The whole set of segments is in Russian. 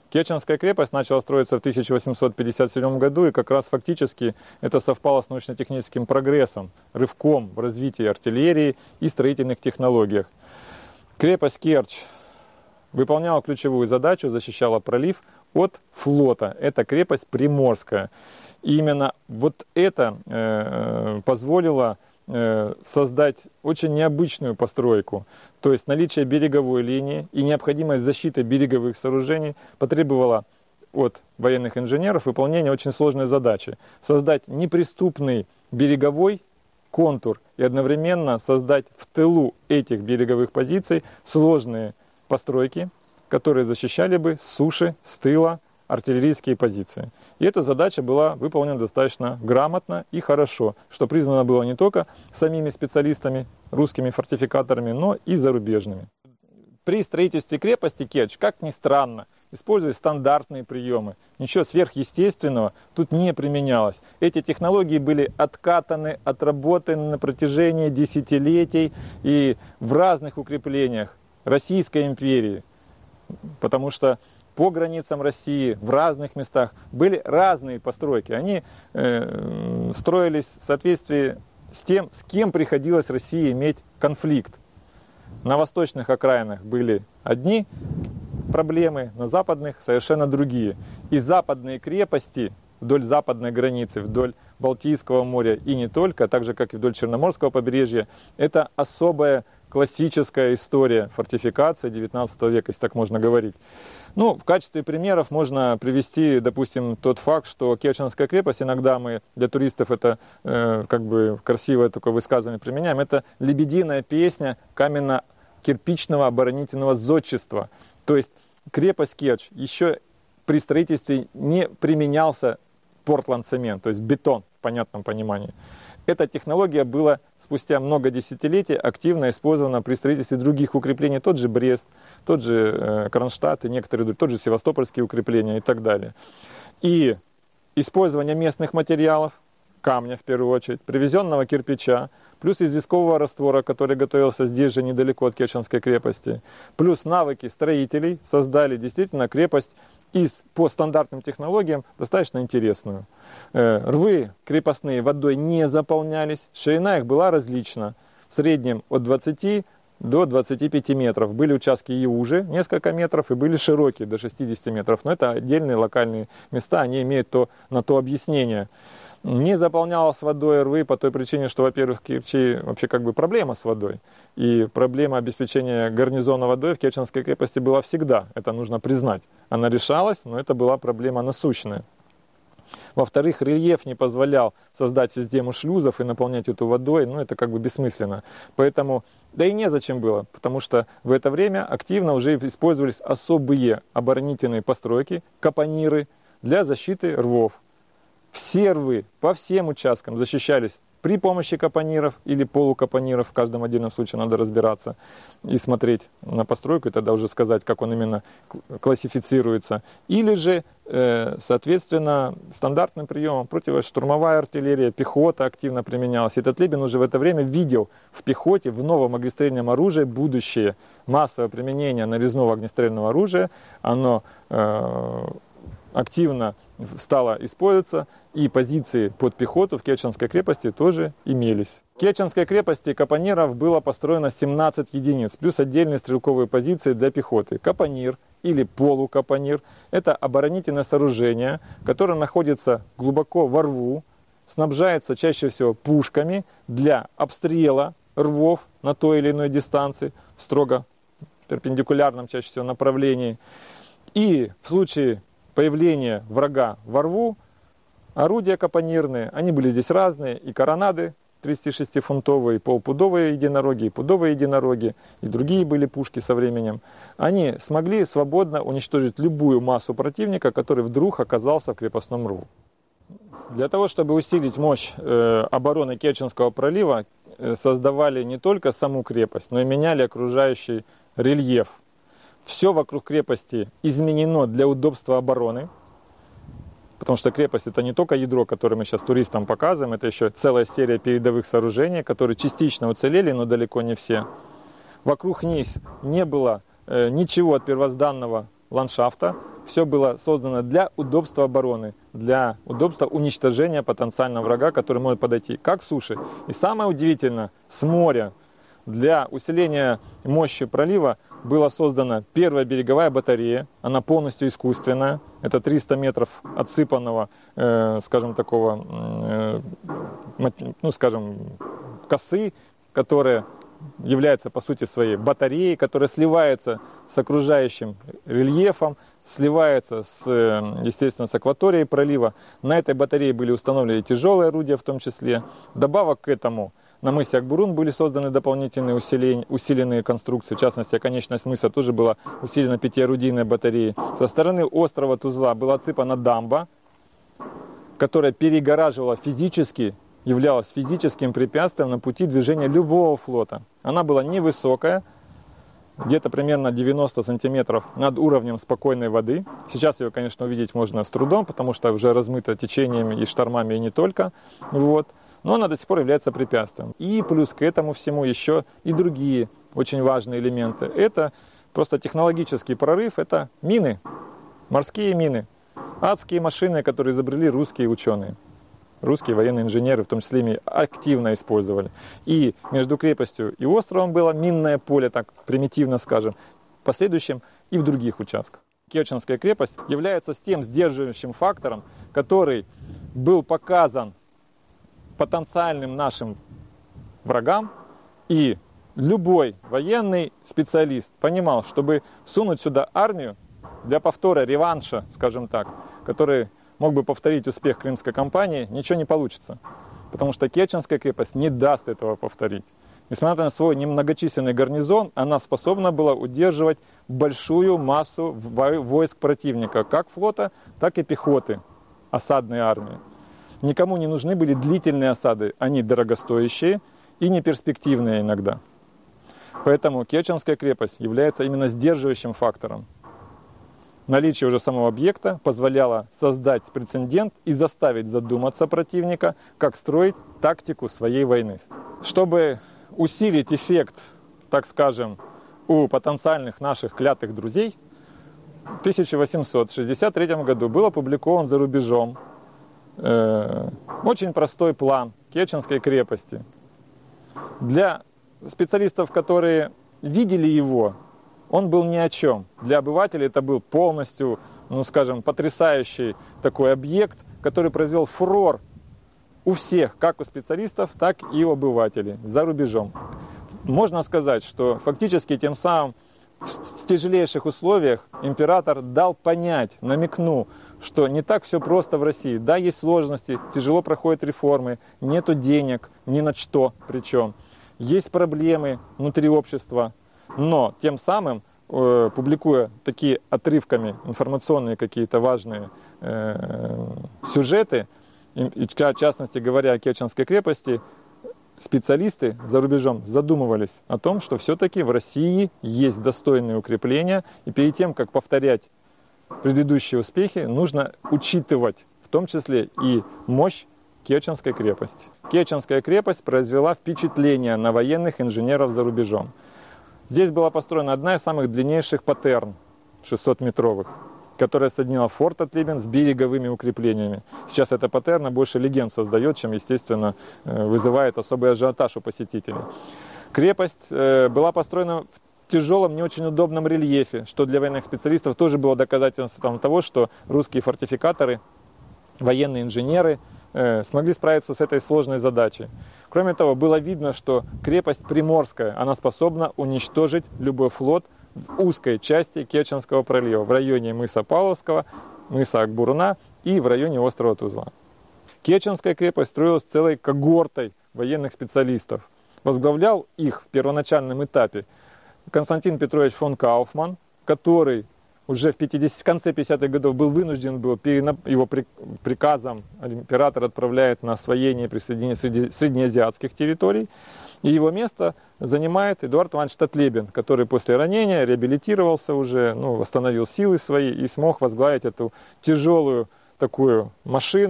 Керченская крепость начала строиться в 1857 году, и как раз фактически это совпало с научно-техническим прогрессом, рывком в развитии артиллерии и строительных технологиях. Крепость Керчь выполняла ключевую задачу, защищала пролив от флота. Это крепость Приморская. И именно вот это позволило создать очень необычную постройку. То есть наличие береговой линии и необходимость защиты береговых сооружений потребовало от военных инженеров выполнения очень сложной задачи. Создать неприступный береговой контур и одновременно создать в тылу этих береговых позиций сложные постройки, которые защищали бы с суши, с тыла артиллерийские позиции. И эта задача была выполнена достаточно грамотно и хорошо, что признано было не только самими специалистами, русскими фортификаторами, но и зарубежными. При строительстве крепости Керчь, как ни странно, использовались стандартные приемы. Ничего сверхъестественного тут не применялось. Эти технологии были откатаны, отработаны на протяжении десятилетий и в разных укреплениях Российской империи. Потому что по границам России, в разных местах были разные постройки. Они строились в соответствии с тем, с кем приходилось России иметь конфликт. На восточных окраинах были одни проблемы, на западных совершенно другие. И западные крепости вдоль западной границы, вдоль Балтийского моря и не только, так же как и вдоль Черноморского побережья, это особая классическая история фортификации 19 века, если так можно говорить. Ну, в качестве примеров можно привести, допустим, тот факт, что Керченская крепость, иногда мы для туристов это как бы красивое такое высказывание применяем, это лебединая песня каменно-кирпичного оборонительного зодчества. То есть крепость Керчь еще при строительстве не применялся портланд-цемент, то есть бетон в понятном понимании. Эта технология была спустя много десятилетий активно использована при строительстве других укреплений. Тот же Брест, тот же Кронштадт и некоторые другие, тот же Севастопольские укрепления и так далее. И использование местных материалов, камня в первую очередь, привезенного кирпича, плюс известкового раствора, который готовился здесь же недалеко от Керченской крепости, плюс навыки строителей создали действительно крепость по стандартным технологиям достаточно интересную. Рвы крепостные водой не заполнялись, ширина их была различна, в среднем от 20 до 25 метров. Были участки и уже несколько метров, и были широкие до 60 метров, но это отдельные локальные места, они имеют на то объяснение. Не заполнялась водой рвы по той причине, что, во-первых, в Керчи вообще как бы проблема с водой. И проблема обеспечения гарнизона водой в Керченской крепости была всегда. Это нужно признать. Она решалась, но это была проблема насущная. Во-вторых, рельеф не позволял создать систему шлюзов и наполнять эту водой. Ну, это как бы бессмысленно. Поэтому, да и незачем было, потому что в это время активно уже использовались особые оборонительные постройки, капониры, для защиты рвов. Все рвы по всем участкам защищались при помощи капониров или полукапониров. В каждом отдельном случае надо разбираться и смотреть на постройку, и тогда уже сказать, как он именно классифицируется. Или же, соответственно, стандартным приемом противоштурмовая артиллерия, пехота активно применялась. И Татлебин уже в это время видел в пехоте, в новом огнестрельном оружии будущее. Массовое применение нарезного огнестрельного оружия, оно активно стало использоваться, и позиции под пехоту в Керченской крепости тоже имелись. В Керченской крепости капониров было построено 17 единиц, плюс отдельные стрелковые позиции для пехоты. Капонир или полукапонир – это оборонительное сооружение, которое находится глубоко во рву, снабжается чаще всего пушками для обстрела рвов на той или иной дистанции, строго перпендикулярном чаще всего направлении. И в случае появления врага во рву, орудия капонирные, они были здесь разные, и коронады 36-фунтовые, и полпудовые единороги, и пудовые единороги, и другие были пушки со временем. Они смогли свободно уничтожить любую массу противника, который вдруг оказался в крепостном рву. Для того, чтобы усилить мощь обороны Керченского пролива, создавали не только саму крепость, но и меняли окружающий рельеф. Все вокруг крепости изменено для удобства обороны, потому что крепость это не только ядро, которое мы сейчас туристам показываем, это еще целая серия передовых сооружений, которые частично уцелели, но далеко не все. Вокруг них не было ничего от первозданного ландшафта. Все было создано для удобства обороны, для удобства уничтожения потенциального врага, который может подойти как с суши. И самое удивительное, с моря. Для усиления мощи пролива была создана первая береговая батарея. Она полностью искусственная. Это 300 метров отсыпанного, скажем, такого, косы, которая является по сути своей батареей, которая сливается с окружающим рельефом, сливается естественно, с акваторией пролива. На этой батарее были установлены тяжелые орудия в том числе. Добавок к этому на мысе Акбурун были созданы дополнительные усиленные конструкции. В частности, оконечность мыса тоже была усилена 5-орудийной батареей. Со стороны острова Тузла была отсыпана дамба, которая перегораживала физически, являлась физическим препятствием на пути движения любого флота. Она была невысокая, где-то примерно 90 сантиметров над уровнем спокойной воды. Сейчас ее, конечно, увидеть можно с трудом, потому что уже размыта течениями и штормами, и не только. Но она до сих пор является препятствием. И плюс к этому всему еще и другие очень важные элементы. Это просто технологический прорыв, это мины, морские мины, адские машины, которые изобрели русские ученые. Русские военные инженеры, в том числе, ими активно использовали. И между крепостью и островом было минное поле, так примитивно скажем, в последующем и в других участках. Керченская крепость является тем сдерживающим фактором, который был показан потенциальным нашим врагам, и любой военный специалист понимал, чтобы сунуть сюда армию для повтора реванша, скажем так, который мог бы повторить успех Крымской кампании, ничего не получится. Потому что Керченская крепость не даст этого повторить. Несмотря на свой немногочисленный гарнизон, она способна была удерживать большую массу войск противника, как флота, так и пехоты, осадной армии. Никому не нужны были длительные осады, они дорогостоящие и неперспективные иногда. Поэтому Керченская крепость является именно сдерживающим фактором. Наличие уже самого объекта позволяло создать прецедент и заставить задуматься противника, как строить тактику своей войны. Чтобы усилить эффект, так скажем, у потенциальных наших клятых друзей, в 1863 году был опубликован за рубежом очень простой план Керченской крепости. Для специалистов, которые видели его, он был ни о чем. Для обывателей это был полностью, потрясающий такой объект, который произвел фурор у всех, как у специалистов, так и у обывателей за рубежом. Можно сказать, что фактически тем самым в тяжелейших условиях император дал понять, намекнул, что не так все просто в России. Да, есть сложности, тяжело проходят реформы, нету денег, ни на что причем. Есть проблемы внутри общества, но тем самым, публикуя такие отрывками информационные какие-то важные сюжеты, и, в частности говоря о Керченской крепости, специалисты за рубежом задумывались о том, что все-таки в России есть достойные укрепления, и перед тем, как повторять предыдущие успехи, нужно учитывать в том числе и мощь Керченской крепости. Керченская крепость произвела впечатление на военных инженеров за рубежом. Здесь была построена одна из самых длиннейших патерн, 600-метровых, которая соединила форт Отлебен с береговыми укреплениями. Сейчас эта патерна больше легенд создает, чем, естественно, вызывает особый ажиотаж у посетителей. Крепость была построена в тяжелом, не очень удобном рельефе, что для военных специалистов тоже было доказательством того, что русские фортификаторы, военные инженеры смогли справиться с этой сложной задачей. Кроме того, было видно, что крепость Приморская, она способна уничтожить любой флот в узкой части Керченского пролива, в районе мыса Павловского, мыса Акбуруна и в районе острова Тузла. Керченская крепость строилась целой когортой военных специалистов. Возглавлял их в первоначальном этапе Константин Петрович фон Кауфман, который уже в конце 50-х годов был вынужден, его приказом император отправляет на освоение и присоединение среднеазиатских территорий. И его место занимает Эдуард Иванович Татлебин, который после ранения реабилитировался уже, восстановил силы свои и смог возглавить эту тяжелую такую машину,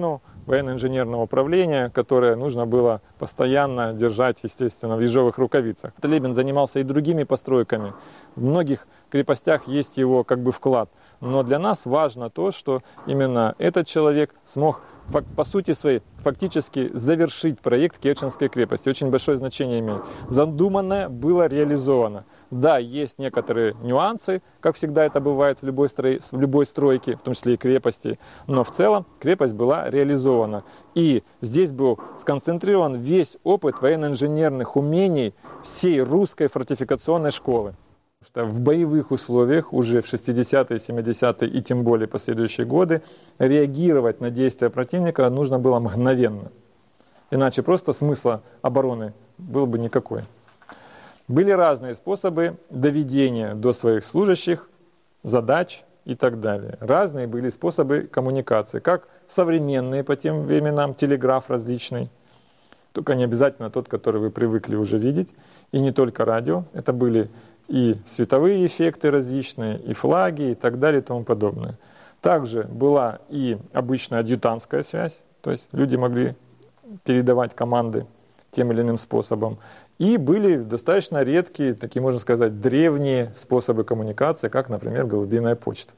военно-инженерного управления, которое нужно было постоянно держать, естественно, в ежовых рукавицах. Столыпин занимался и другими постройками. В многих крепостях есть его как бы вклад. Но для нас важно то, что именно этот человек смог по сути своей фактически завершить проект Керченской крепости. Очень большое значение имеет. Задуманное было реализовано. Да, есть некоторые нюансы, как всегда это бывает в любой стройке, в том числе и крепости, но в целом крепость была реализована. И здесь был сконцентрирован весь опыт военно-инженерных умений всей русской фортификационной школы. Что в боевых условиях уже в 60-е, 70-е и тем более последующие годы реагировать на действия противника нужно было мгновенно. Иначе просто смысла обороны было бы никакой. Были разные способы доведения до своих служащих задач и так далее. Разные были способы коммуникации, как современные по тем временам, телеграф различный, только не обязательно тот, который вы привыкли уже видеть, и не только радио, это были и световые эффекты различные, и флаги, и так далее, и тому подобное. Также была и обычная адъютантская связь, то есть люди могли передавать команды тем или иным способом. И были достаточно редкие, такие, можно сказать, древние способы коммуникации, как, например, голубиная почта.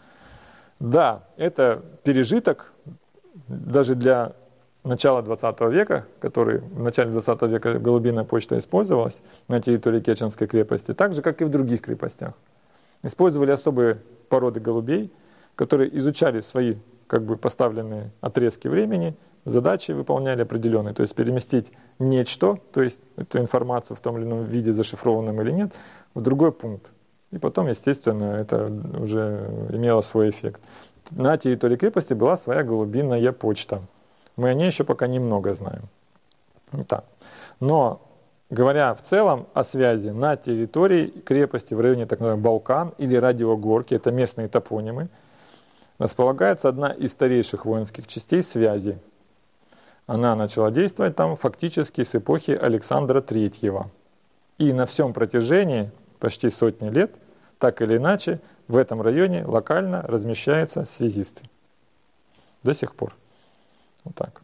Да, это пережиток даже для начала 20 века, в начале 20 века голубиная почта использовалась на территории Керченской крепости, так же, как и в других крепостях. Использовали особые породы голубей, которые изучали свои поставленные отрезки времени, задачи выполняли определенные, то есть переместить нечто, то есть эту информацию в том или ином виде, зашифрованном или нет, в другой пункт. И потом, естественно, это уже имело свой эффект. На территории крепости была своя голубиная почта. Мы о ней еще пока немного знаем. Итак, но говоря в целом о связи на территории крепости в районе так называемых Балкан или Радиогорки, это местные топонимы, располагается одна из старейших воинских частей связи. Она начала действовать там фактически с эпохи Александра III. И на всем протяжении почти сотни лет, так или иначе, в этом районе локально размещаются связисты. До сих пор. Вот так.